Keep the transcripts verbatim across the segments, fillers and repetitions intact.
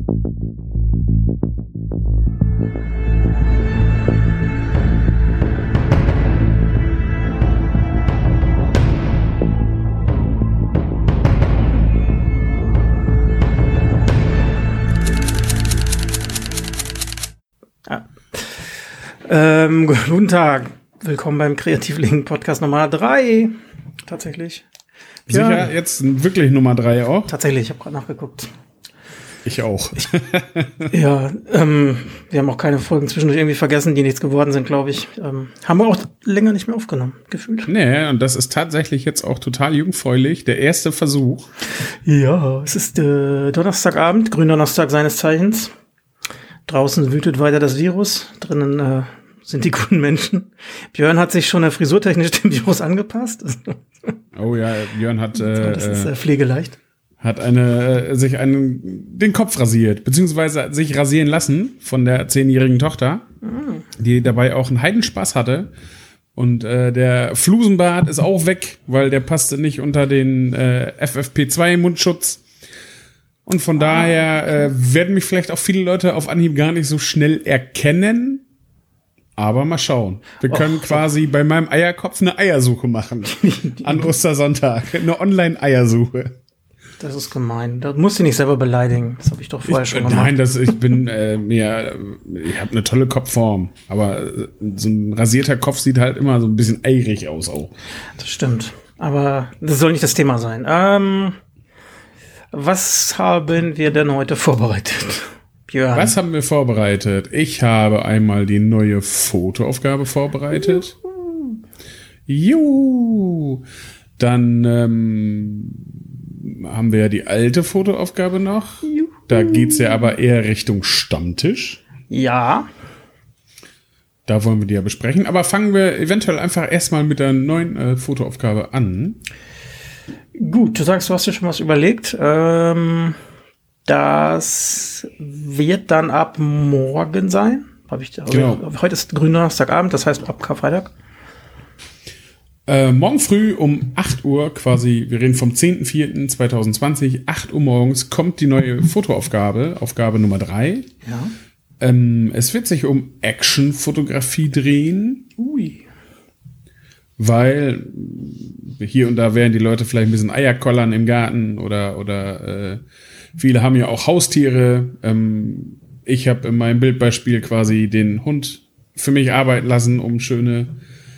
Ähm, guten Tag. Willkommen beim Kreativlingen Podcast Nummer drei. Tatsächlich. Sicher, ja. Jetzt wirklich Nummer drei auch? Tatsächlich, ich habe gerade nachgeguckt. Ich auch. Ich, ja, ähm, wir haben auch keine Folgen zwischendurch irgendwie vergessen, die nichts geworden sind, glaube ich. Ähm, haben wir auch länger nicht mehr aufgenommen, gefühlt. Nee, und das ist tatsächlich jetzt auch total jungfräulich, der erste Versuch. Ja, es ist äh, Donnerstagabend, Gründonnerstag seines Zeichens. Draußen wütet weiter das Virus, drinnen äh, sind die guten Menschen. Björn hat sich schon äh, frisurtechnisch dem Virus angepasst. Oh ja, Björn hat äh, das ist äh, pflegeleicht. Hat eine äh, sich einen den Kopf rasiert, beziehungsweise sich rasieren lassen von der zehnjährigen Tochter, mhm. die dabei auch einen Heidenspaß hatte. Und äh, der Flusenbart ist auch weg, weil der passte nicht unter den äh, F F P zwei Mundschutz. Und von ah, daher okay. äh, werden mich vielleicht auch viele Leute auf Anhieb gar nicht so schnell erkennen. Aber mal schauen. Wir können Och, quasi bei meinem Eierkopf eine Eiersuche machen. An Ostersonntag. Eine Online-Eiersuche. Das ist gemein. Das musst du nicht selber beleidigen. Das habe ich doch vorher ich, schon gemacht. Nein, das, ich bin äh, mir, ich habe eine tolle Kopfform. Aber äh, so ein rasierter Kopf sieht halt immer so ein bisschen eirig aus auch. Das stimmt. Aber das soll nicht das Thema sein. Ähm... Was haben wir denn heute vorbereitet? Björn. Was haben wir vorbereitet? Ich habe einmal die neue Fotoaufgabe vorbereitet. Juhu. Dann ähm, haben wir ja die alte Fotoaufgabe noch. Juhu. Da geht's ja aber eher Richtung Stammtisch. Ja. Da wollen wir die ja besprechen. Aber fangen wir eventuell einfach erstmal mit der neuen äh, Fotoaufgabe an. Gut, du sagst, du hast dir schon was überlegt. Ähm, das wird dann ab morgen sein. Hab ich, also genau. Heute ist Gründonnerstagabend, das heißt ab Karfreitag. Äh, morgen früh um acht Uhr quasi, wir reden vom zehnten vierten zweitausendzwanzig, acht Uhr morgens kommt die neue Fotoaufgabe, Aufgabe Nummer drei. Ja. Ähm, es wird sich um Action-Fotografie drehen. Ui. Weil hier und da werden die Leute vielleicht ein bisschen Eierkollern im Garten oder oder äh, viele haben ja auch Haustiere. Ähm, ich habe in meinem Bildbeispiel quasi den Hund für mich arbeiten lassen, um schöne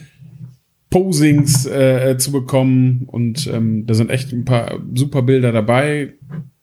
Posings äh, zu bekommen. Und ähm, da sind echt ein paar super Bilder dabei.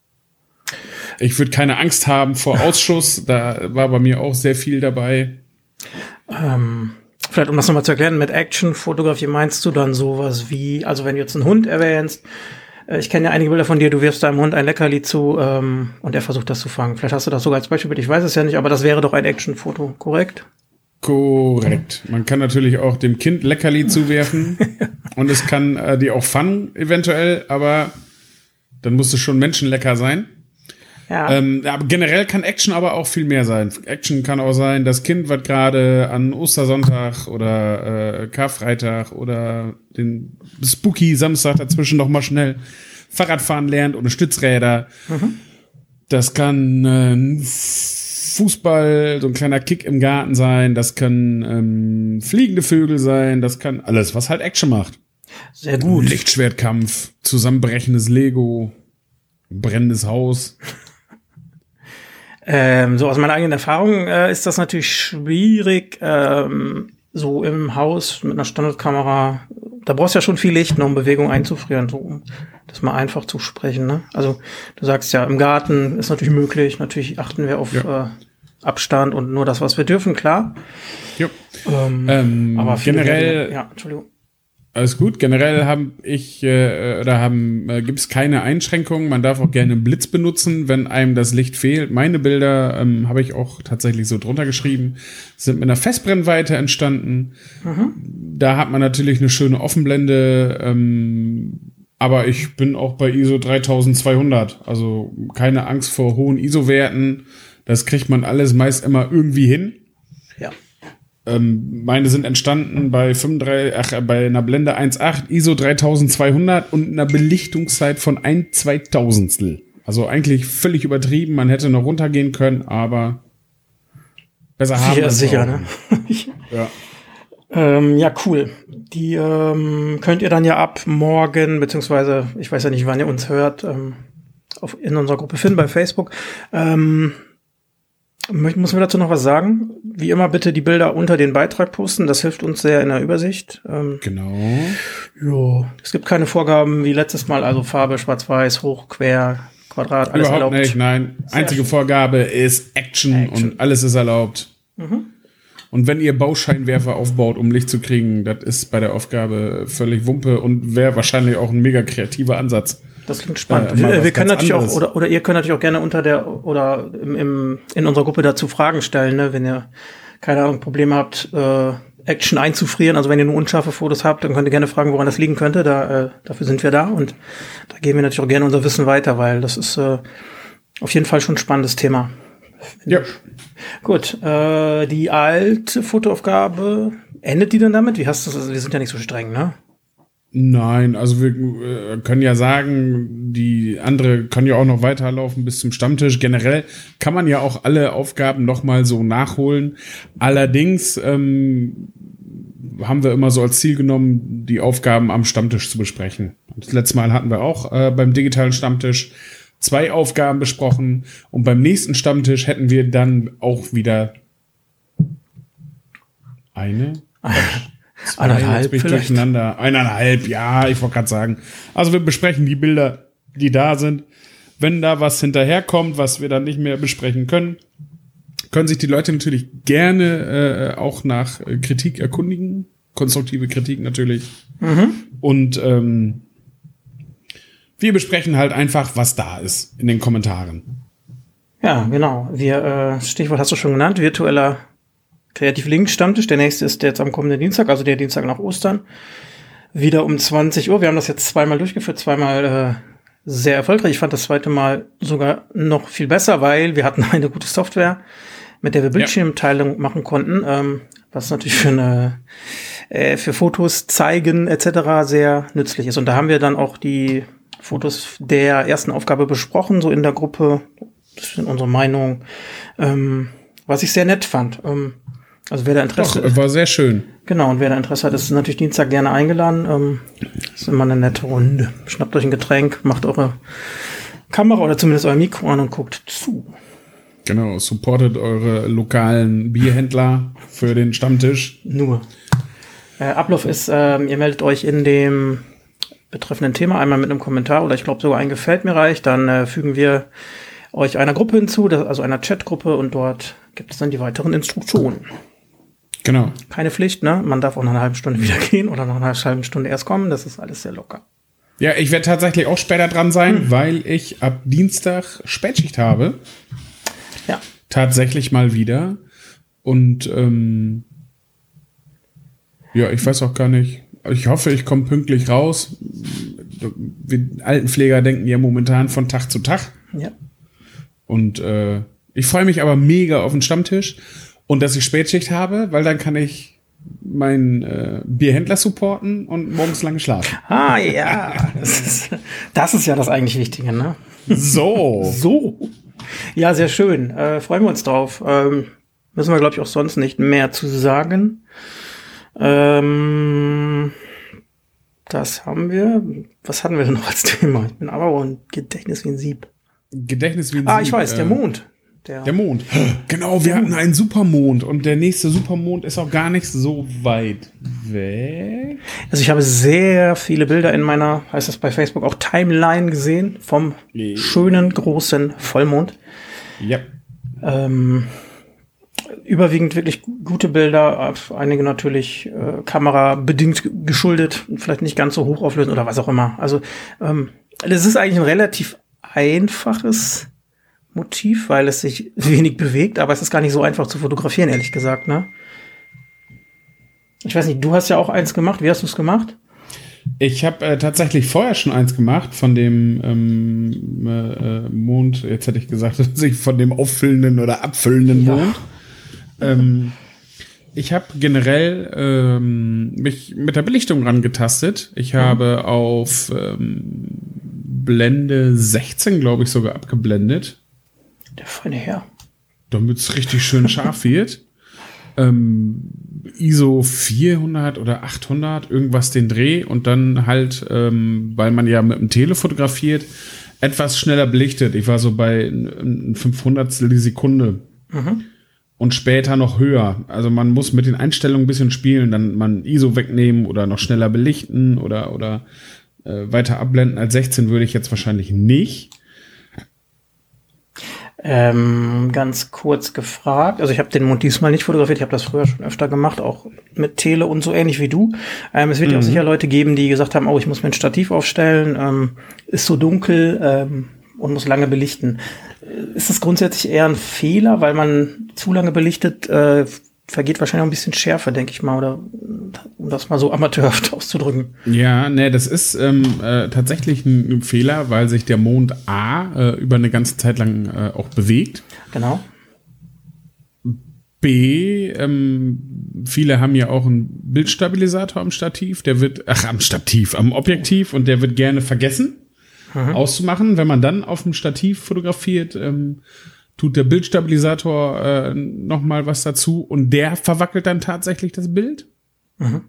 Ich würde keine Angst haben vor Ausschuss. Da war bei mir auch sehr viel dabei. Ähm. Vielleicht, um das nochmal zu erklären, mit Action-Fotografie meinst du dann sowas wie, also wenn du jetzt einen Hund erwähnst, äh, ich kenne ja einige Bilder von dir, du wirfst deinem Hund ein Leckerli zu ähm, und er versucht das zu fangen. Vielleicht hast du das sogar als Beispiel, ich weiß es ja nicht, aber das wäre doch ein Action-Foto, korrekt? Korrekt. Man kann natürlich auch dem Kind Leckerli zuwerfen und es kann äh, die auch fangen eventuell, aber dann muss es schon menschenlecker sein. Ja. Ähm, aber generell kann Action aber auch viel mehr sein. Action kann auch sein, das Kind, was gerade an Ostersonntag oder äh, Karfreitag oder den Spooky Samstag dazwischen noch mal schnell Fahrradfahren lernt oder Stützräder. Mhm. Das kann äh, ein Fußball, so ein kleiner Kick im Garten sein. Das können ähm, fliegende Vögel sein. Das kann alles, was halt Action macht. Sehr gut. Lichtschwertkampf, zusammenbrechendes Lego, brennendes Haus. Ähm, so aus meiner eigenen Erfahrung äh, ist das natürlich schwierig, ähm, so im Haus mit einer Standardkamera. Da brauchst du ja schon viel Licht, ne, um Bewegung einzufrieren, so um das mal einfach zu sprechen. Ne? Also du sagst ja, im Garten ist natürlich möglich. Natürlich achten wir auf ja. äh, Abstand und nur das, was wir dürfen, klar. Jo. Ähm, ähm, aber generell, Dinge, ja, Entschuldigung. Alles gut. Generell habe ich äh, oder haben äh, gibt es keine Einschränkungen. Man darf auch gerne einen Blitz benutzen, wenn einem das Licht fehlt. Meine Bilder ähm, habe ich auch tatsächlich so drunter geschrieben, sind mit einer Festbrennweite entstanden. Mhm. Da hat man natürlich eine schöne Offenblende, ähm, aber ich bin auch bei I S O dreitausendzweihundert. Also keine Angst vor hohen I S O-Werten. Das kriegt man alles meist immer irgendwie hin. Ja. Ähm, meine sind entstanden bei fünfunddreißig, ach, bei einer Blende eins Komma acht, I S O dreitausendzweihundert und einer Belichtungszeit von ein Zweitausendstel. Also eigentlich völlig übertrieben. Man hätte noch runtergehen können, aber besser haben als sicher, ne? Ja. Ähm, ja, cool. Die ähm, könnt ihr dann ja ab morgen, beziehungsweise ich weiß ja nicht, wann ihr uns hört, ähm, auf, in unserer Gruppe finden bei Facebook. Ähm, muss mir dazu noch was sagen? Wie immer bitte die Bilder unter den Beitrag posten. Das hilft uns sehr in der Übersicht. Ähm, genau. Jo, es gibt keine Vorgaben wie letztes Mal, also Farbe, Schwarz-Weiß, Hoch, Quer, Quadrat, alles Überhaupt erlaubt. nicht, nein. Sehr Einzige schön. Vorgabe ist Action, Action. und alles ist erlaubt. Mhm. Und wenn ihr Bauscheinwerfer aufbaut, um Licht zu kriegen, das ist bei der Aufgabe völlig Wumpe und wäre wahrscheinlich auch ein mega kreativer Ansatz. Das klingt spannend. Äh, mal wir was wir können ganz natürlich anderes. auch, oder, oder ihr könnt natürlich auch gerne unter der, oder im, im, in unserer Gruppe dazu Fragen stellen, ne? Wenn ihr, keine Ahnung, Probleme habt, äh, Action einzufrieren. Also wenn ihr nur unscharfe Fotos habt, dann könnt ihr gerne fragen, woran das liegen könnte. Da, äh, dafür sind wir da und da geben wir natürlich auch gerne unser Wissen weiter, weil das ist äh, auf jeden Fall schon ein spannendes Thema. Ja. Gut, äh, die alte Fotoaufgabe, endet die dann damit? Wie hast du das? Also wir sind ja nicht so streng, ne? Nein, also wir äh, können ja sagen, die andere kann ja auch noch weiterlaufen bis zum Stammtisch. Generell kann man ja auch alle Aufgaben noch mal so nachholen. Allerdings ähm, haben wir immer so als Ziel genommen, die Aufgaben am Stammtisch zu besprechen. Das letzte Mal hatten wir auch äh, beim digitalen Stammtisch zwei Aufgaben besprochen und beim nächsten Stammtisch hätten wir dann auch wieder eine, zwei, Eineinhalb jetzt bin ich vielleicht. durcheinander. Eineinhalb, ja, ich wollte gerade sagen. Also wir besprechen die Bilder, die da sind. Wenn da was hinterherkommt, was wir dann nicht mehr besprechen können, können sich die Leute natürlich gerne äh, auch nach äh, Kritik erkundigen. Konstruktive Kritik natürlich. Mhm. Und ähm, wir besprechen halt einfach, was da ist in den Kommentaren. Ja, genau. Wir, äh, Stichwort hast du schon genannt, virtueller Kreativ-Link-Stammtisch. Der nächste ist jetzt am kommenden Dienstag, also der Dienstag nach Ostern. Wieder um zwanzig Uhr. Wir haben das jetzt zweimal durchgeführt, zweimal äh, sehr erfolgreich. Ich fand das zweite Mal sogar noch viel besser, weil wir hatten eine gute Software, mit der wir Bildschirmteilung machen konnten, ähm, was natürlich für eine äh, für Fotos zeigen et cetera sehr nützlich ist. Und da haben wir dann auch die Fotos der ersten Aufgabe besprochen, so in der Gruppe. Das sind unsere Meinung, ähm, was ich sehr nett fand. Ähm, also wer da Interesse Doch, war sehr schön. Genau, und wer da Interesse hat, ist natürlich Dienstag gerne eingeladen. Ähm, das ist immer eine nette Runde. Schnappt euch ein Getränk, macht eure Kamera oder zumindest euer Mikro an und guckt zu. Genau, supportet eure lokalen Bierhändler für den Stammtisch. Nur. Äh, Ablauf ist, ähm, ihr meldet euch in dem betreffenden Thema einmal mit einem Kommentar oder ich glaube sogar ein Gefällt mir reicht. Dann äh, fügen wir euch einer Gruppe hinzu, das, also einer Chatgruppe, und dort gibt es dann die weiteren Instruktionen. Genau. Keine Pflicht, ne? Man darf auch nach einer halben Stunde wieder gehen oder nach einer halben Stunde erst kommen. Das ist alles sehr locker. Ja, ich werde tatsächlich auch später dran sein, hm. weil ich ab Dienstag Spätschicht habe. Ja. Tatsächlich mal wieder. Und ähm, ja, ich weiß auch gar nicht. Ich hoffe, ich komme pünktlich raus. Wir Altenpfleger denken ja momentan von Tag zu Tag. Ja. Und äh, ich freue mich aber mega auf den Stammtisch und dass ich Spätschicht habe, weil dann kann ich meinen äh, Bierhändler supporten und morgens lange schlafen. Ah ja, das ist, das ist ja das eigentlich Wichtige, ne? So. So. Ja, sehr schön. Äh, freuen wir uns drauf. Ähm, müssen wir, glaube ich, auch sonst nicht mehr zu sagen. Ähm, das haben wir. Was hatten wir denn noch als Thema? Ich bin aber ein Gedächtnis wie ein Sieb. Gedächtnis wie ein ah, Sieb. ich weiß, der äh, Mond. Der, der Mond. Genau, wir hatten einen Supermond und der nächste Supermond ist auch gar nicht so weit weg. Also ich habe sehr viele Bilder in meiner, heißt das bei Facebook, auch Timeline gesehen vom Nee. schönen, großen Vollmond. Ja. Ähm, überwiegend wirklich gute Bilder, einige natürlich äh, kamerabedingt geschuldet, vielleicht nicht ganz so hoch auflösen oder was auch immer. Also ähm, das ist eigentlich ein relativ einfaches Motiv, weil es sich wenig bewegt, aber es ist gar nicht so einfach zu fotografieren, ehrlich gesagt, ne? Ich weiß nicht, du hast ja auch eins gemacht. Wie hast du es gemacht? Ich habe äh, tatsächlich vorher schon eins gemacht von dem ähm, äh, Mond, jetzt hätte ich gesagt, von dem auffüllenden oder abfüllenden Ja. Mond. Ähm, ich habe generell ähm, mich mit der Belichtung rangetastet. Ich habe auf ähm, Blende sechzehn, glaube ich, sogar abgeblendet. Der feine Herr. Damit es richtig schön scharf wird. Ähm, I S O vierhundert oder achthundert, irgendwas den Dreh und dann halt, ähm, weil man ja mit dem Tele fotografiert, etwas schneller belichtet. Ich war so bei ein fünfhundertstel die Sekunde. Mhm. Und später noch höher. Also man muss mit den Einstellungen ein bisschen spielen, dann man I S O wegnehmen oder noch schneller belichten oder, oder äh, weiter abblenden. Als sechzehn würde ich jetzt wahrscheinlich nicht. Ähm, ganz kurz gefragt, also ich habe den Mond diesmal nicht fotografiert, ich habe das früher schon öfter gemacht, auch mit Tele und so ähnlich wie du. Ähm, es wird mhm. ja auch sicher Leute geben, die gesagt haben, oh, ich muss mir ein Stativ aufstellen, ähm, ist so dunkel ähm, und muss lange belichten. Ist das grundsätzlich eher ein Fehler, weil man zu lange belichtet, äh, vergeht wahrscheinlich auch ein bisschen Schärfe, denke ich mal, oder um das mal so amateurhaft auszudrücken. Ja, ne, das ist ähm, äh, tatsächlich ein, ein Fehler, weil sich der Mond A äh, über eine ganze Zeit lang äh, auch bewegt. Genau. B, ähm, viele haben ja auch einen Bildstabilisator am Stativ, der wird, ach, am Stativ, am Objektiv und der wird gerne vergessen mhm. auszumachen. Wenn man dann auf dem Stativ fotografiert, ähm, tut der Bildstabilisator äh, noch mal was dazu und der verwackelt dann tatsächlich das Bild. Mhm.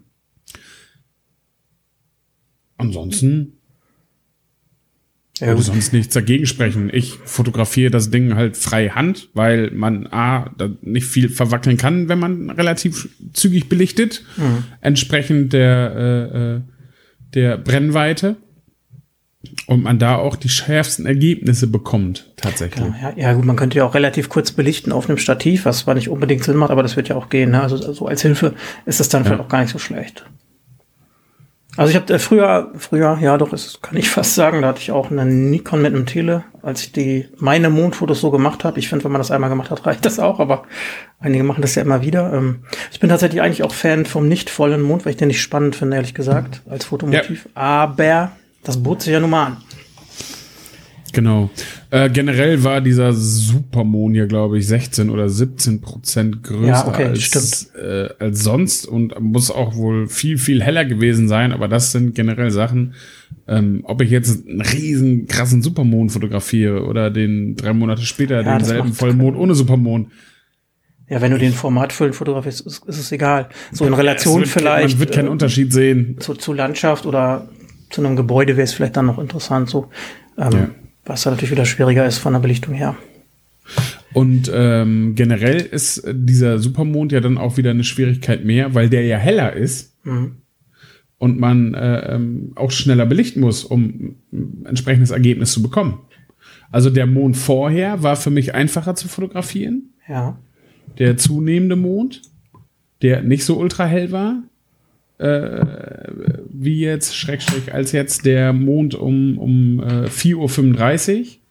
Ansonsten ja, würde sonst nichts dagegen sprechen. Ich fotografiere das Ding halt frei Hand, weil man A, da nicht viel verwackeln kann, wenn man relativ zügig belichtet, mhm. entsprechend der, äh, äh, der Brennweite. Und man da auch die schärfsten Ergebnisse bekommt, tatsächlich. Ja, ja, gut, man könnte ja auch relativ kurz belichten auf einem Stativ, was zwar nicht unbedingt Sinn macht, aber das wird ja auch gehen. Ne? Also, also als Hilfe ist das dann ja. vielleicht auch gar nicht so schlecht. Also ich habe äh, früher, früher, ja doch, das kann ich fast sagen, da hatte ich auch eine Nikon mit einem Tele, als ich die meine Mondfotos so gemacht habe. Ich finde, wenn man das einmal gemacht hat, reicht das auch, aber einige machen das ja immer wieder. Ähm, ich bin tatsächlich eigentlich auch Fan vom nicht vollen Mond, weil ich den nicht spannend finde, ehrlich gesagt, als Fotomotiv. Ja. Aber das bot sich ja nun mal an. Genau. Äh, generell war dieser Supermond ja, glaube ich, sechzehn oder siebzehn Prozent größer ja, okay, als, äh, als sonst und muss auch wohl viel, viel heller gewesen sein. Aber das sind generell Sachen, ähm, ob ich jetzt einen riesen krassen Supermond fotografiere oder den drei Monate später ja, denselben Vollmond ohne Supermond. Ja, wenn du den formatfüllend fotografierst, ist, ist es egal. So in Relation wird, vielleicht. Man wird keinen äh, Unterschied sehen. Zu, zu Landschaft oder zu einem Gebäude wäre es vielleicht dann noch interessant, so. Ähm, ja. Was da natürlich wieder schwieriger ist von der Belichtung her. Und ähm, generell ist dieser Supermond ja dann auch wieder eine Schwierigkeit mehr, weil der ja heller ist mhm. und man äh, ähm, auch schneller belichten muss, um ein entsprechendes Ergebnis zu bekommen. Also der Mond vorher war für mich einfacher zu fotografieren. Ja. Der zunehmende Mond, der nicht so ultra hell war, äh, wie jetzt, Schrägstrich, als jetzt der Mond um, um äh, vier Uhr fünfunddreißig,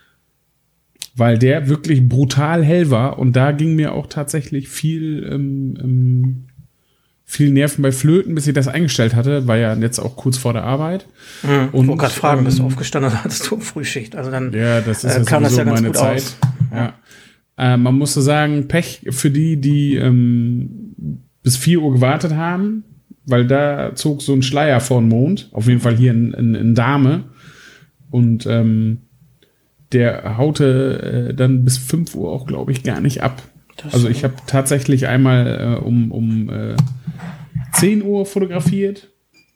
weil der wirklich brutal hell war und da ging mir auch tatsächlich viel, ähm, ähm, viel Nerven bei Flöten, bis ich das eingestellt hatte, war ja jetzt auch kurz vor der Arbeit. Mhm. Und, ich wollte gerade fragen, ähm, bist du aufgestanden oder hattest du Frühschicht? Also dann ja, das ist äh, kam das ja ganz meine gut Zeit. Aus. Ja. Ja. Äh, man musste sagen, Pech für die, die ähm, bis vier Uhr gewartet haben, weil da zog so ein Schleier vor den Mond, auf jeden Fall hier in, in, in Dahme. Und ähm, der haute äh, dann bis fünf Uhr auch, glaube ich, gar nicht ab. Das also ich habe tatsächlich einmal äh, um, um äh, zehn Uhr fotografiert.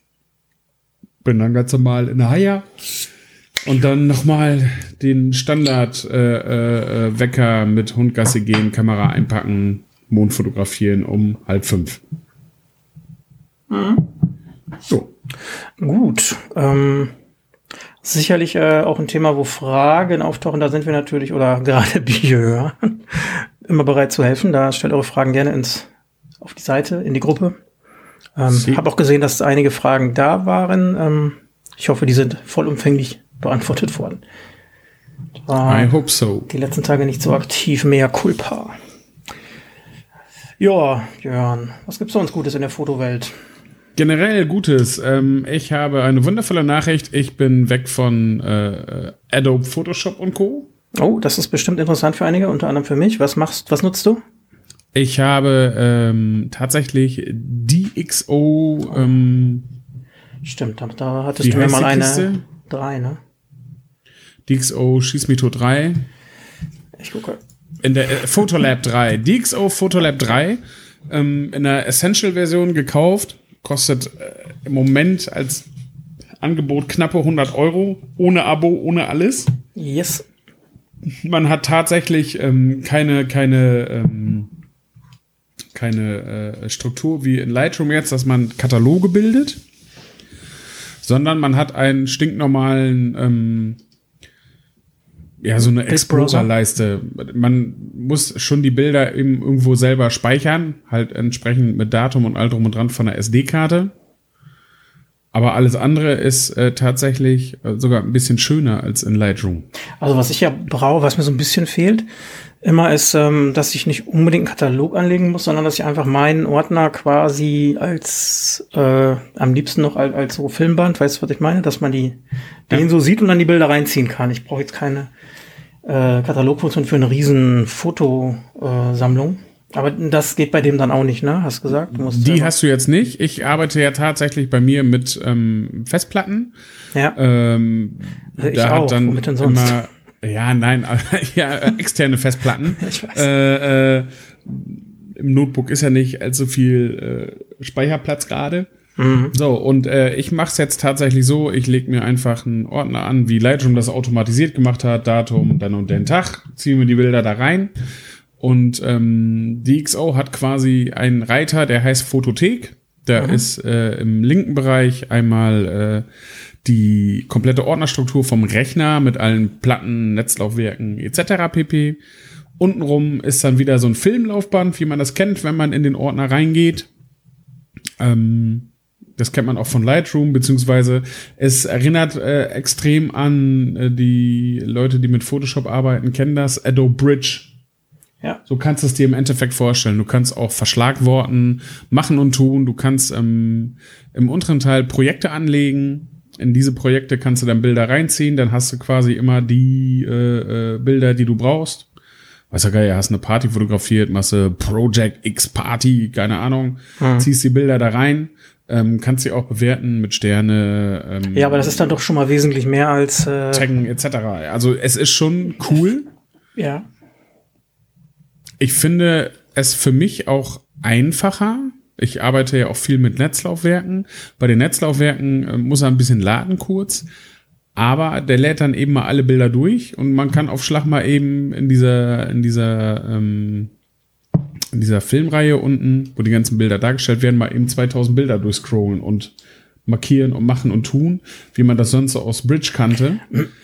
Bin dann ganz normal in der Haia. Und dann nochmal den Standard-Wecker äh, äh, mit Hundgasse gehen, Kamera einpacken, Mond fotografieren um halb fünf. Mhm. So. Gut. Ähm, sicherlich äh, auch ein Thema, wo Fragen auftauchen. Da sind wir natürlich, oder gerade Biohörer, immer bereit zu helfen. Da stellt eure Fragen gerne ins auf die Seite, in die Gruppe. Ähm, habe auch gesehen, dass einige Fragen da waren. Ähm, ich hoffe, die sind vollumfänglich beantwortet worden. I hope so. Die letzten Tage nicht so aktiv, mehr Culpa. Ja, Jörn, was gibt's sonst Gutes in der Fotowelt? Generell Gutes. Ähm, ich habe eine wundervolle Nachricht. Ich bin weg von äh, Adobe Photoshop und Co. Oh, das ist bestimmt interessant für einige, unter anderem für mich. Was machst, was nutzt du? Ich habe ähm, tatsächlich D X O. Ähm, Stimmt, da hattest du mir mal eine drei, ne? D X O Schieß mich tot drei. Ich gucke. In der äh, Photolab drei. D X O Photolab drei. Ähm, in der Essential-Version gekauft. Kostet äh, im Moment als Angebot knappe hundert Euro. Ohne Abo, ohne alles. Yes. Man hat tatsächlich ähm, keine, keine, ähm, keine äh, Struktur wie in Lightroom jetzt, dass man Kataloge bildet, sondern man hat einen stinknormalen, ähm, ja, so eine Explorer-Leiste. Man muss schon die Bilder eben irgendwo selber speichern, halt entsprechend mit Datum und allem drum und dran von der S D-Karte. Aber alles andere ist äh, tatsächlich äh, sogar ein bisschen schöner als in Lightroom. Also was ich ja brauche, was mir so ein bisschen fehlt, immer ist, ähm, dass ich nicht unbedingt einen Katalog anlegen muss, sondern dass ich einfach meinen Ordner quasi als, äh, am liebsten noch als, als so Filmband, weißt du, was ich meine? Dass man die, den ja. so sieht und dann die Bilder reinziehen kann. Ich brauche jetzt keine äh, Katalogfunktion für eine riesen Fotosammlung. Äh, Aber das geht bei dem dann auch nicht, ne? Hast du gesagt? Du musst die ja hast du jetzt nicht. Ich arbeite ja tatsächlich bei mir mit ähm, Festplatten. Ja. Ähm, ich da auch. hat dann Womit denn sonst? immer, ja, nein, ja, externe Festplatten. Ich weiß. Äh, äh, Im Notebook ist ja nicht allzu viel äh, Speicherplatz gerade. Mhm. So, und äh, ich mache es jetzt tatsächlich so, ich lege mir einfach einen Ordner an, wie Lightroom das automatisiert gemacht hat, Datum, dann und den Tag, ziehe mir die Bilder da rein. Und ähm, D X O hat quasi einen Reiter, der heißt Fotothek. Da mhm. ist äh, im linken Bereich einmal äh, die komplette Ordnerstruktur vom Rechner mit allen Platten, Netzlaufwerken et cetera pp. Untenrum ist dann wieder so ein Filmlaufband, wie man das kennt, wenn man in den Ordner reingeht. Ähm, das kennt man auch von Lightroom, beziehungsweise es erinnert äh, extrem an äh, die Leute, die mit Photoshop arbeiten, kennen das, Adobe Bridge. Ja. So kannst du es dir im Endeffekt vorstellen. Du kannst auch Verschlagworten machen und tun. Du kannst ähm, im unteren Teil Projekte anlegen. In diese Projekte kannst du dann Bilder reinziehen. Dann hast du quasi immer die äh, äh, Bilder, die du brauchst. Weißt du, geil, hast eine Party fotografiert, machst du Project X Party, keine Ahnung. Hm. Ziehst die Bilder da rein. Ähm, kannst sie auch bewerten mit Sterne. Ähm, ja, aber das ist dann doch schon mal wesentlich mehr als äh Taggen et cetera. Also es ist schon cool. Ja. Ich finde es für mich auch einfacher. Ich arbeite ja auch viel mit Netzlaufwerken. Bei den Netzlaufwerken äh, muss er ein bisschen laden kurz. Aber der lädt dann eben mal alle Bilder durch und man kann auf Schlag mal eben in dieser, in dieser, ähm, in dieser Filmreihe unten, wo die ganzen Bilder dargestellt werden, mal eben zweitausend Bilder durchscrollen und markieren und machen und tun, wie man das sonst so aus Bridge kannte.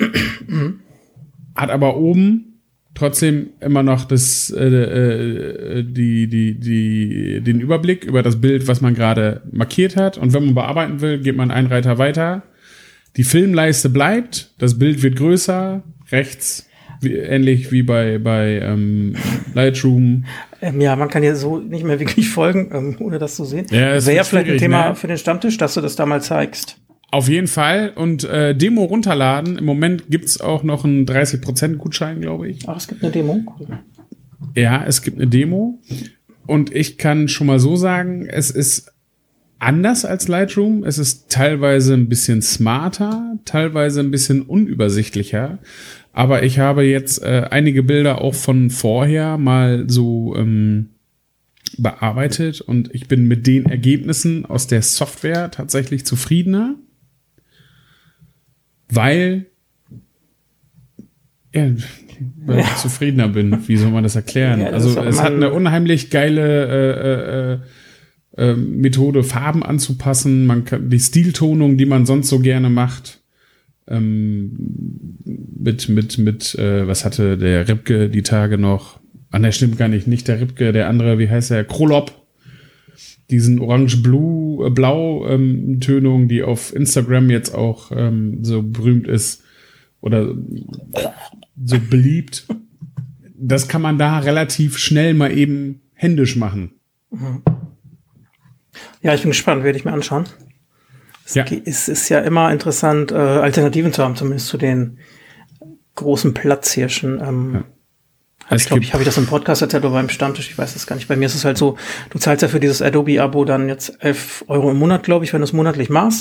Hat aber oben trotzdem immer noch das, äh, äh, die, die, die, den Überblick über das Bild, was man gerade markiert hat. Und wenn man bearbeiten will, geht man einen Reiter weiter. Die Filmleiste bleibt, das Bild wird größer, rechts, wie, ähnlich wie bei, bei ähm, Lightroom. Ähm, ja, man kann ja so nicht mehr wirklich folgen, ähm, ohne das zu sehen. Ja, das wäre ja vielleicht ein Thema ne? für den Stammtisch, dass du das da mal zeigst. Auf jeden Fall. Und äh, Demo runterladen. Im Moment gibt's auch noch einen dreißig Prozent Gutschein, glaube ich. Ach, es gibt eine Demo? Cool. Ja, es gibt eine Demo. Und ich kann schon mal so sagen, es ist anders als Lightroom. Es ist teilweise ein bisschen smarter, teilweise ein bisschen unübersichtlicher. Aber ich habe jetzt äh, einige Bilder auch von vorher mal so ähm, bearbeitet und ich bin mit den Ergebnissen aus der Software tatsächlich zufriedener, weil, ja, weil ja. ich zufriedener bin. Wie soll man das erklären? Ja, das also es hat eine unheimlich geile äh, äh, äh, Methode, Farben anzupassen. Man kann die Stiltonung, die man sonst so gerne macht, ähm, mit mit mit äh, was hatte der Ripke die Tage noch? Ah, ne, stimmt gar nicht. Nicht der Ripke, der andere, wie heißt der? Krolop. Diesen orange-blau-Tönung, ähm, die auf Instagram jetzt auch ähm, so berühmt ist oder so beliebt. Das kann man da relativ schnell mal eben händisch machen. Ja, ich bin gespannt, werde ich mir anschauen. Es ja. ist, ist ja immer interessant, äh, Alternativen zu haben, zumindest zu den großen Platzhirschen. Ähm, ja. Ich glaube, ich habe ich das im Podcast erzählt oder beim Stammtisch, ich weiß das gar nicht. Bei mir ist es halt so, du zahlst ja für dieses Adobe-Abo dann jetzt elf Euro im Monat, glaube ich, wenn du es monatlich machst.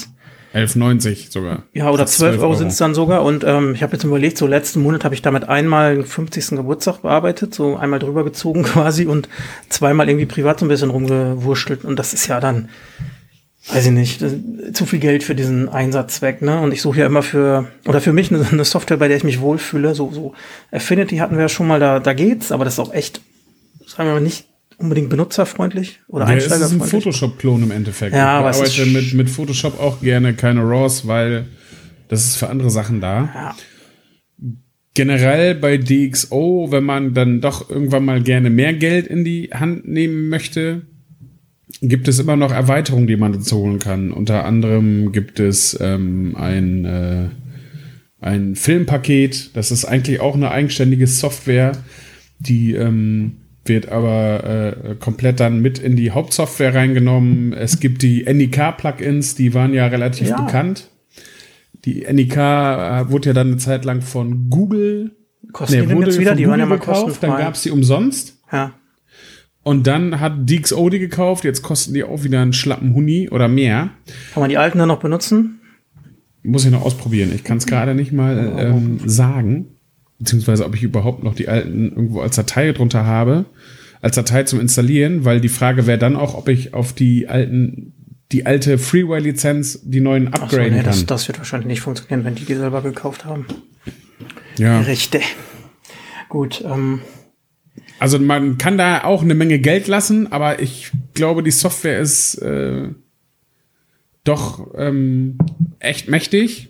elf neunzig sogar. Ja, oder zwölf Euro sind es dann sogar. Und ähm, ich habe jetzt überlegt, so letzten Monat habe ich damit einmal den fünfzigsten Geburtstag bearbeitet, so einmal drüber gezogen quasi und zweimal irgendwie privat so ein bisschen rumgewurschtelt. Und das ist ja dann, weiß ich nicht, zu viel Geld für diesen Einsatzzweck, ne? Und ich suche ja immer für, oder für mich eine, eine Software, bei der ich mich wohlfühle. So, so Affinity hatten wir ja schon mal, da, da geht's, aber das ist auch echt, sagen wir mal, nicht unbedingt benutzerfreundlich oder ja, einsteigerfreundlich. Das ist ein Photoshop-Klon im Endeffekt. Ja, ich aber arbeite mit, mit Photoshop auch gerne keine RAWs, weil das ist für andere Sachen da. Ja. Generell bei D X O, wenn man dann doch irgendwann mal gerne mehr Geld in die Hand nehmen möchte, gibt es immer noch Erweiterungen, die man dazu holen kann. Unter anderem gibt es ähm, ein, äh, ein Filmpaket. Das ist eigentlich auch eine eigenständige Software, die ähm, wird aber äh, komplett dann mit in die Hauptsoftware reingenommen. Es gibt die N I K-Plugins, die waren ja relativ ja. bekannt. Die N I K äh, wurde ja dann eine Zeit lang von Google Kosten nee, die wurde jetzt wieder? Die Google waren ja mal kostenfrei. Dann gab es die umsonst. Ja. Und dann hat D X O die gekauft. Jetzt kosten die auch wieder einen schlappen Huni oder mehr. Kann man die alten dann noch benutzen? Muss ich noch ausprobieren. Ich kann es gerade nicht mal ähm, sagen. Beziehungsweise ob ich überhaupt noch die alten irgendwo als Datei drunter habe, als Datei zum Installieren, weil die Frage wäre dann auch, ob ich auf die alten, die alte Freeware-Lizenz die neuen upgraden so, nee, kann. Das, das wird wahrscheinlich nicht funktionieren, wenn die die selber gekauft haben. Ja. Richtig. Gut. Ähm. Also man kann da auch eine Menge Geld lassen, aber ich glaube, die Software ist äh, doch ähm, echt mächtig.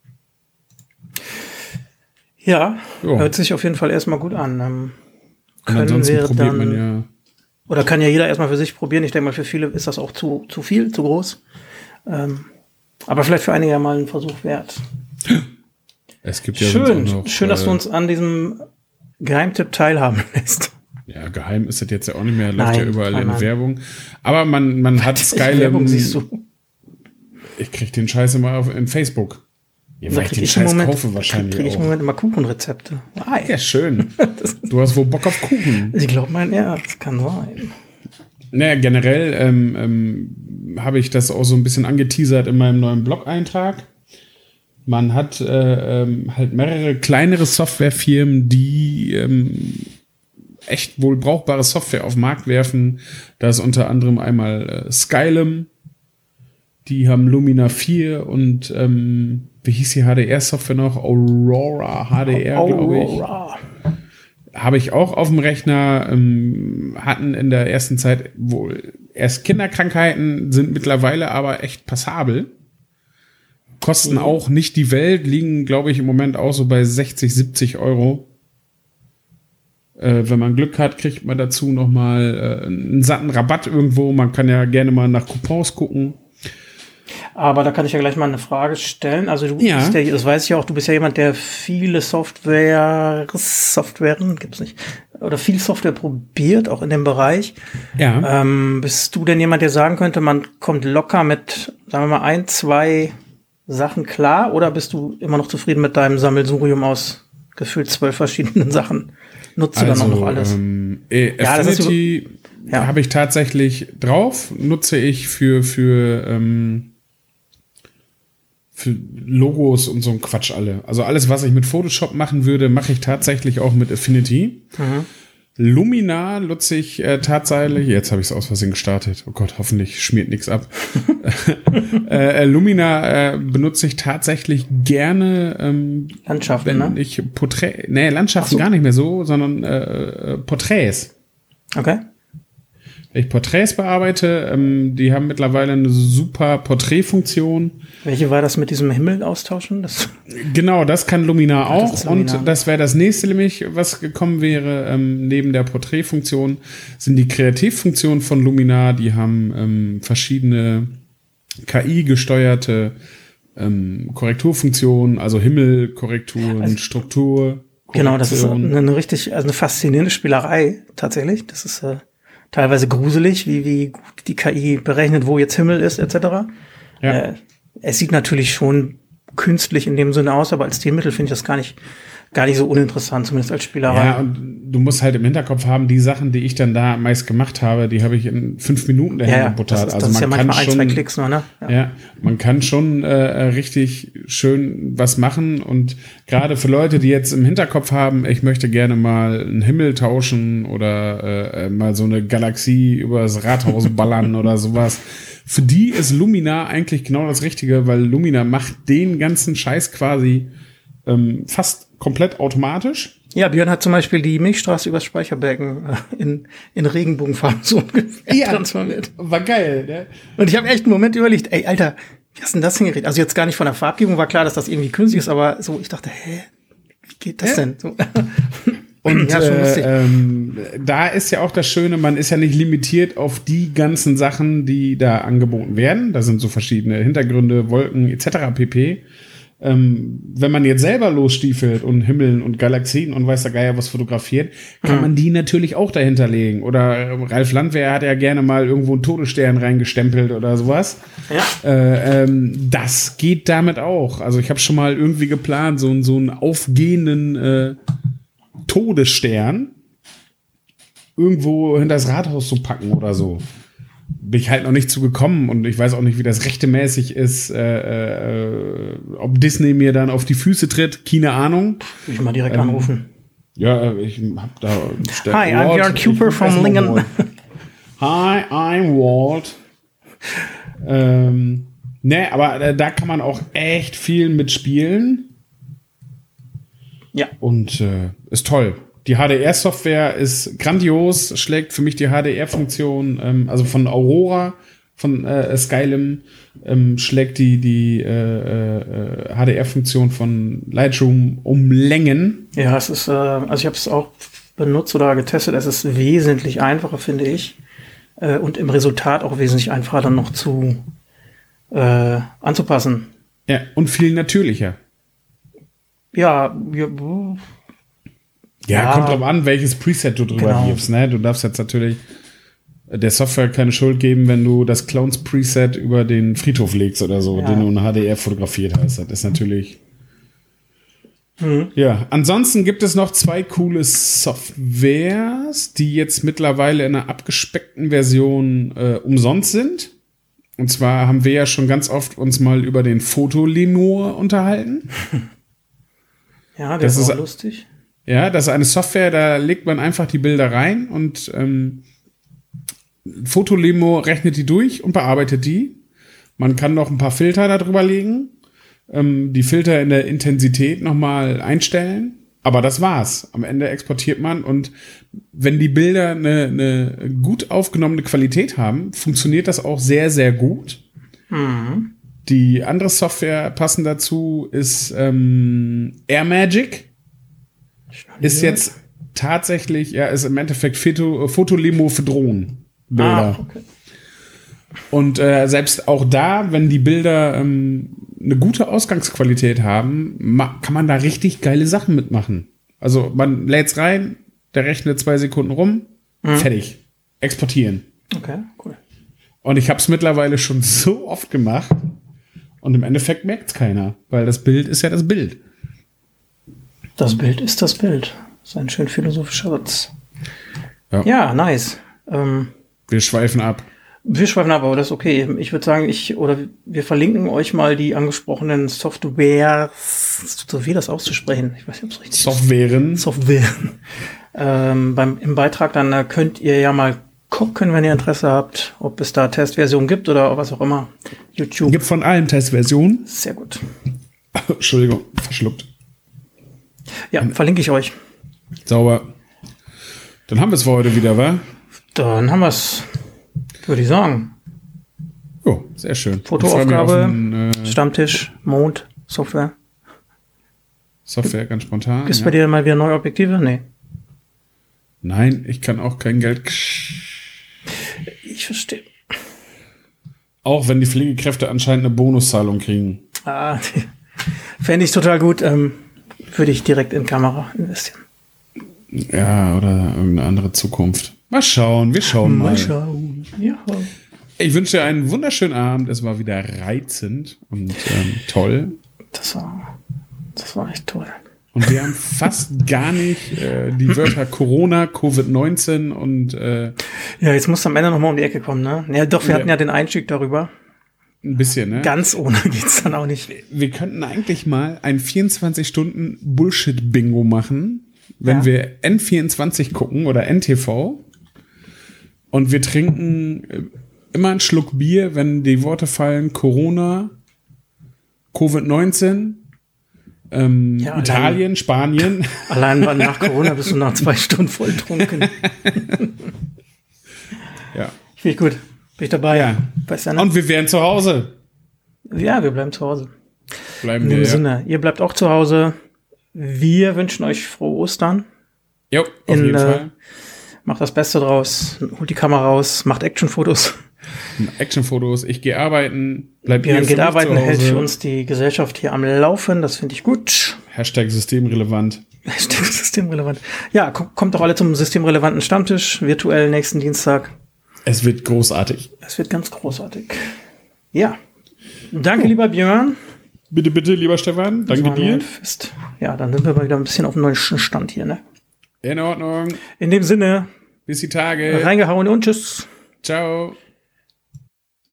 Ja, jo. Hört sich auf jeden Fall erstmal gut an. Ähm, Und ansonsten probiert dann, man ja. Oder kann ja jeder erstmal für sich probieren. Ich denke mal, für viele ist das auch zu, zu viel, zu groß. Ähm, aber vielleicht für einige ja mal einen Versuch wert. Es gibt ja schön, noch, schön, dass äh, du uns an diesem Geheimtipp teilhaben lässt. Ja, geheim ist das jetzt ja auch nicht mehr. Läuft nein, ja überall nein, in nein. Werbung. Aber man, man hat Skylum. Werbung siehst du. Ich krieg den Scheiß immer auf, in Facebook. Ja, weil ich den ich Scheiß Moment, kaufe wahrscheinlich krieg ich im Moment immer Kuchenrezepte. Ah, ja, schön. Du hast wohl Bock auf Kuchen. Ich glaube, mein Herz kann sein. Naja, generell ähm, ähm, habe ich das auch so ein bisschen angeteasert in meinem neuen Blog-Eintrag. Man hat äh, ähm, halt mehrere kleinere Softwarefirmen, die ähm, echt wohl brauchbare Software auf den Markt werfen. Da ist unter anderem einmal äh, Skylum. Die haben Lumina vier und ähm, wie hieß die H D R-Software noch? Aurora H D R, glaube ich. Habe ich auch auf dem Rechner. Ähm, hatten in der ersten Zeit wohl erst Kinderkrankheiten, sind mittlerweile aber echt passabel. Kosten mhm. auch nicht die Welt, liegen, glaube ich, im Moment auch so bei sechzig, siebzig Euro. Äh, wenn man Glück hat, kriegt man dazu noch mal äh, einen satten Rabatt irgendwo. Man kann ja gerne mal nach Coupons gucken. Aber da kann ich ja gleich mal eine Frage stellen. Also du ja. bist ja, das weiß ich ja auch, du bist ja jemand, der viele Software, Softwaren, gibt's nicht, oder viel Software probiert, auch in dem Bereich. Ja. Ähm, bist du denn jemand, der sagen könnte, man kommt locker mit, sagen wir mal, ein, zwei Sachen klar, oder bist du immer noch zufrieden mit deinem Sammelsurium aus gefühlt zwölf verschiedenen Sachen? Nutzt du also, dann auch noch alles? Ähm, äh, ja, Affinity ja. habe ich tatsächlich drauf, nutze ich für, für, ähm, für Logos und so ein Quatsch alle. Also alles, was ich mit Photoshop machen würde, mache ich tatsächlich auch mit Affinity. Mhm. Lumina nutze ich äh, tatsächlich, jetzt habe ich es aus Versehen gestartet. Oh Gott, hoffentlich schmiert nichts ab. äh, Lumina äh, benutze ich tatsächlich gerne. Ähm, Landschaften, wenn ne? ich Porträt, nee, Landschaften so. gar nicht mehr so, sondern äh, Porträts. Okay. Wenn ich Porträts bearbeite, ähm, die haben mittlerweile eine super Porträtfunktion. Welche war das mit diesem Himmel austauschen? Das genau, das kann Lumina Ach, auch. das Lumina. Und das wäre das nächste nämlich, was gekommen wäre. Ähm, neben der Porträtfunktion sind die Kreativfunktionen von Lumina. Die haben ähm, verschiedene K I-gesteuerte ähm, Korrekturfunktionen, also Himmelkorrekturen, also, Struktur. Genau, das ist eine, eine richtig, also eine faszinierende Spielerei tatsächlich. Das ist äh, teilweise gruselig, wie, wie gut die K I berechnet, wo jetzt Himmel ist, et cetera. Ja. Äh, es sieht natürlich schon künstlich in dem Sinne aus, aber als Stilmittel finde ich das gar nicht gar nicht so uninteressant, zumindest als Spielerei. Ja, und du musst halt im Hinterkopf haben, die Sachen, die ich dann da meist gemacht habe, die habe ich in fünf Minuten dahin ja, ja, gebuttert. das ist, also das man ist ja kann manchmal schon, ein, zwei Klicks nur, ne? Ja. ja, man kann schon äh, richtig schön was machen und gerade für Leute, die jetzt im Hinterkopf haben, ich möchte gerne mal einen Himmel tauschen oder äh, mal so eine Galaxie übers Rathaus ballern oder sowas. Für die ist Luminar eigentlich genau das Richtige, weil Luminar macht den ganzen Scheiß quasi ähm, fast komplett automatisch. Ja, Björn hat zum Beispiel die Milchstraße übers Speicherbecken in, in Regenbogenfarben so ungefähr ja, transformiert. War geil, ne? Und ich habe echt einen Moment überlegt, ey, Alter, wie hast du denn das hingekriegt? Also jetzt gar nicht von der Farbgebung, war klar, dass das irgendwie künstlich ist, aber so, ich dachte, hä, wie geht das ja. denn? So. Und ja, schon lustig. Äh, ähm, da ist ja auch das Schöne, man ist ja nicht limitiert auf die ganzen Sachen, die da angeboten werden. Da sind so verschiedene Hintergründe, Wolken et cetera pp. Ähm, wenn man jetzt selber losstiefelt und Himmeln und Galaxien und weiß der Geier was fotografiert, kann mhm. man die natürlich auch dahinter legen. Oder Ralf Landwehr hat ja gerne mal irgendwo einen Todesstern reingestempelt oder sowas. Ja. Äh, ähm, das geht damit auch. Also ich habe schon mal irgendwie geplant, so, so einen aufgehenden äh, Todesstern irgendwo hinter das Rathaus zu packen oder so. Bin ich halt noch nicht zu gekommen und ich weiß auch nicht, wie das rechtemäßig ist, äh, äh, ob Disney mir dann auf die Füße tritt, keine Ahnung. Will ich mal direkt ähm, anrufen. Ja, ich hab da... Hi, I'm Björn Cooper from Lingen. Hi, I'm Walt. ähm, ne, aber äh, da kann man auch echt viel mitspielen. Ja. Und äh, ist toll. Die H D R-Software ist grandios, schlägt für mich die H D R-Funktion, ähm, also von Aurora, von äh, Skyrim, ähm, schlägt die, die äh, äh, H D R-Funktion von Lightroom um Längen. Ja, es ist, äh, also ich habe es auch benutzt oder getestet, es ist wesentlich einfacher, finde ich. Äh, und im Resultat auch wesentlich einfacher dann noch zu äh, anzupassen. Ja, und viel natürlicher. Ja, ja, ja, ja, kommt drauf an, welches Preset du drüber genau. gibst. Ne? Du darfst jetzt natürlich der Software keine Schuld geben, wenn du das Clowns-Preset über den Friedhof legst oder so, ja. den du in H D R fotografiert hast. Das ist natürlich... Mhm. Ja, ansonsten gibt es noch zwei coole Softwares, die jetzt mittlerweile in einer abgespeckten Version äh, umsonst sind. Und zwar haben wir ja schon ganz oft uns mal über den Fotolenor unterhalten. Ja, der das ist auch ist lustig. Ja, das ist eine Software, da legt man einfach die Bilder rein und ähm, Fotolemo rechnet die durch und bearbeitet die. Man kann noch ein paar Filter da drüber legen, ähm, die Filter in der Intensität nochmal einstellen, aber das war's. Am Ende exportiert man und wenn die Bilder eine, eine gut aufgenommene Qualität haben, funktioniert das auch sehr, sehr gut. Mhm. Die andere Software passend dazu ist ähm, AirMagic. Ist jetzt tatsächlich, ja, ist im Endeffekt Foto, Fotolemo für Drohnenbilder. Ah, okay. Und äh, selbst auch da, wenn die Bilder ähm, eine gute Ausgangsqualität haben, ma- kann man da richtig geile Sachen mitmachen. Also man lädt's rein, der rechnet zwei Sekunden rum, mhm. fertig. Exportieren. Okay, cool. Und ich habe es mittlerweile schon so oft gemacht und im Endeffekt merkt's keiner, weil das Bild ist ja das Bild. Das Bild ist das Bild. Das ist ein schön philosophischer Satz. Ja, ja nice. Ähm, wir schweifen ab. Wir schweifen ab, aber das ist okay. Ich würde sagen, ich oder wir verlinken euch mal die angesprochenen Softwares, so wie das auszusprechen. Ich weiß nicht, ob es richtig Softwaren. ist. Softwaren. ähm, beim, Im Beitrag dann äh, könnt ihr ja mal gucken, wenn ihr Interesse habt, ob es da Testversionen gibt oder was auch immer. YouTube. Gibt von allen Testversionen. Sehr gut. Entschuldigung, verschluckt. Ja, verlinke ich euch. Sauber. Dann haben wir es für heute wieder, wa? Dann haben wir es, würde ich sagen. Oh, sehr schön. Fotoaufgabe, den, äh, Stammtisch, Mond, Software. Software, ganz spontan. Ist ja. bei dir mal wieder neue Objektive? Nee. Nein, ich kann auch kein Geld. Ich verstehe. Auch wenn die Pflegekräfte anscheinend eine Bonuszahlung kriegen. Ah, fände ich total gut. Ähm, würde ich direkt in Kamera investieren. Ja, oder irgendeine andere Zukunft. Mal schauen, wir schauen mal. Mal schauen. Ja. Ich wünsche dir einen wunderschönen Abend. Es war wieder reizend und ähm, toll. Das war, das war echt toll. Und wir haben fast gar nicht äh, die Wörter Corona, Covid neunzehn und äh, ja, jetzt musst du am Ende nochmal um die Ecke kommen, ne? Ja, doch, wir ja. hatten ja den Einstieg darüber. Ein bisschen, ne? Ganz ohne geht's dann auch nicht. Wir könnten eigentlich mal ein vierundzwanzig Stunden Bullshit-Bingo machen, wenn ja. wir N vierundzwanzig gucken oder N T V und wir trinken immer einen Schluck Bier, wenn die Worte fallen Corona, Covid neunzehn, ähm, ja, Italien, allein, Spanien. Allein nach Corona bist du nach zwei Stunden voll trunken. Ja. Finde ich gut. Bin ich dabei. Ja. Weißt du, ne? Und wir wären zu Hause. Ja, wir bleiben zu Hause. Bleiben In wir, dem ja. Sinne, ihr bleibt auch zu Hause. Wir wünschen euch frohe Ostern. Jo, auf In, jeden äh, Fall. Macht das Beste draus. Holt die Kamera raus. Macht Actionfotos. Actionfotos. Ich gehe arbeiten. Bleibt Björn ihr geht arbeiten, zu Hause. hält für uns die Gesellschaft hier am Laufen. Das finde ich gut. Hashtag systemrelevant. Hashtag systemrelevant. Ja, kommt, kommt doch alle zum systemrelevanten Stammtisch. Virtuell nächsten Dienstag. Es wird großartig. Es wird ganz großartig. Ja. Danke, oh. lieber Björn. Bitte, bitte, lieber Stefan. Danke dir. Fest. Ja, dann sind wir mal wieder ein bisschen auf dem neuen Stand hier, ne? In Ordnung. In dem Sinne. Bis die Tage. Reingehauen und tschüss. Ciao.